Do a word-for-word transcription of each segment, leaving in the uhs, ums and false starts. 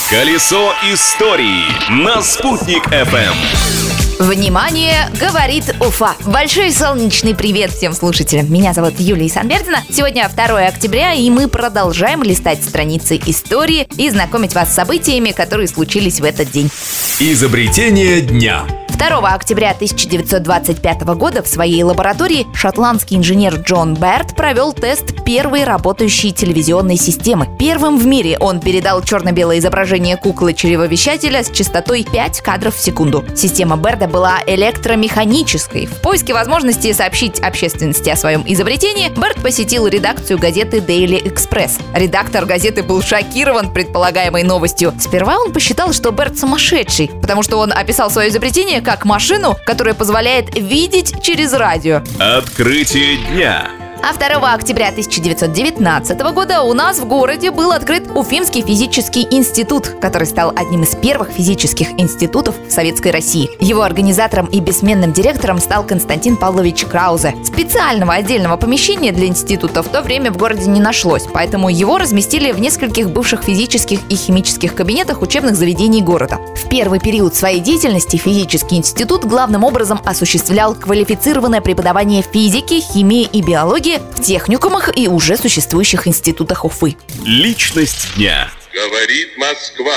Колесо истории на Спутник эф эм. Внимание, говорит Уфа. Большой солнечный привет всем слушателям. Меня зовут Юлия Санбердина. Сегодня второе октября, и мы продолжаем листать страницы истории и знакомить вас с событиями, которые случились в этот день. Изобретение дня. второго октября тысяча девятьсот двадцать пятого года в своей лаборатории шотландский инженер Джон Берт провел тест первой работающей телевизионной системы. Первым в мире он передал черно-белое изображение куклы-чревовещателя с частотой пять кадров в секунду. Система Берда была электромеханической. В поиске возможности сообщить общественности о своем изобретении Берт посетил редакцию газеты Daily Express. Редактор газеты был шокирован предполагаемой новостью. Сперва он посчитал, что Берт сумасшедший, потому что он описал свое изобретение как машину, которая позволяет видеть через радио. Открытие дня. А второго октября тысяча девятьсот девятнадцатого года у нас в городе был открыт Уфимский физический институт, который стал одним из первых физических институтов в Советской России. Его организатором и бессменным директором стал Константин Павлович Краузе. Специального отдельного помещения для института в то время в городе не нашлось, поэтому его разместили в нескольких бывших физических и химических кабинетах учебных заведений города. В первый период своей деятельности физический институт главным образом осуществлял квалифицированное преподавание физики, химии и биологии в техникумах и уже существующих институтах Уфы. Личность дня. Говорит Москва.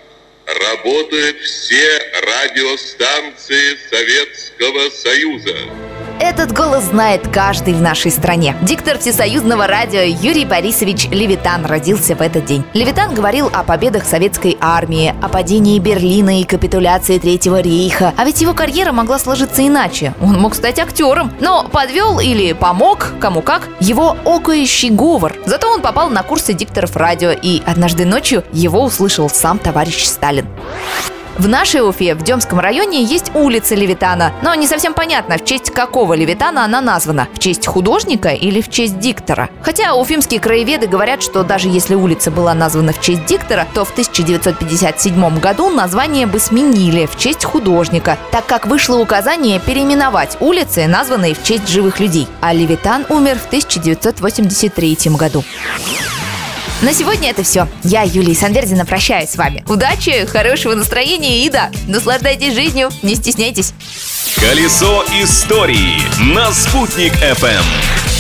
Работают все радиостанции Советского Союза. Этот голос знает каждый в нашей стране. Диктор всесоюзного радио Юрий Борисович Левитан родился в этот день. Левитан говорил о победах советской армии, о падении Берлина и капитуляции Третьего рейха. А ведь его карьера могла сложиться иначе. Он мог стать актером, но подвел или помог, кому как, его окающий говор. Зато он попал на курсы дикторов радио, и однажды ночью его услышал сам товарищ Сталин. В нашей Уфе, в Демском районе, есть улица Левитана, но не совсем понятно, в честь какого Левитана она названа, в честь художника или в честь диктора. Хотя уфимские краеведы говорят, что даже если улица была названа в честь диктора, то в тысяча девятьсот пятьдесят седьмом году название бы сменили в честь художника, так как вышло указание переименовать улицы, названные в честь живых людей. А Левитан умер в тысяча девятьсот восемьдесят третьем году. На сегодня это все. Я, Юлия Санбердина, прощаюсь с вами. Удачи, хорошего настроения и да, наслаждайтесь жизнью, не стесняйтесь. Колесо истории на Спутник эф эм.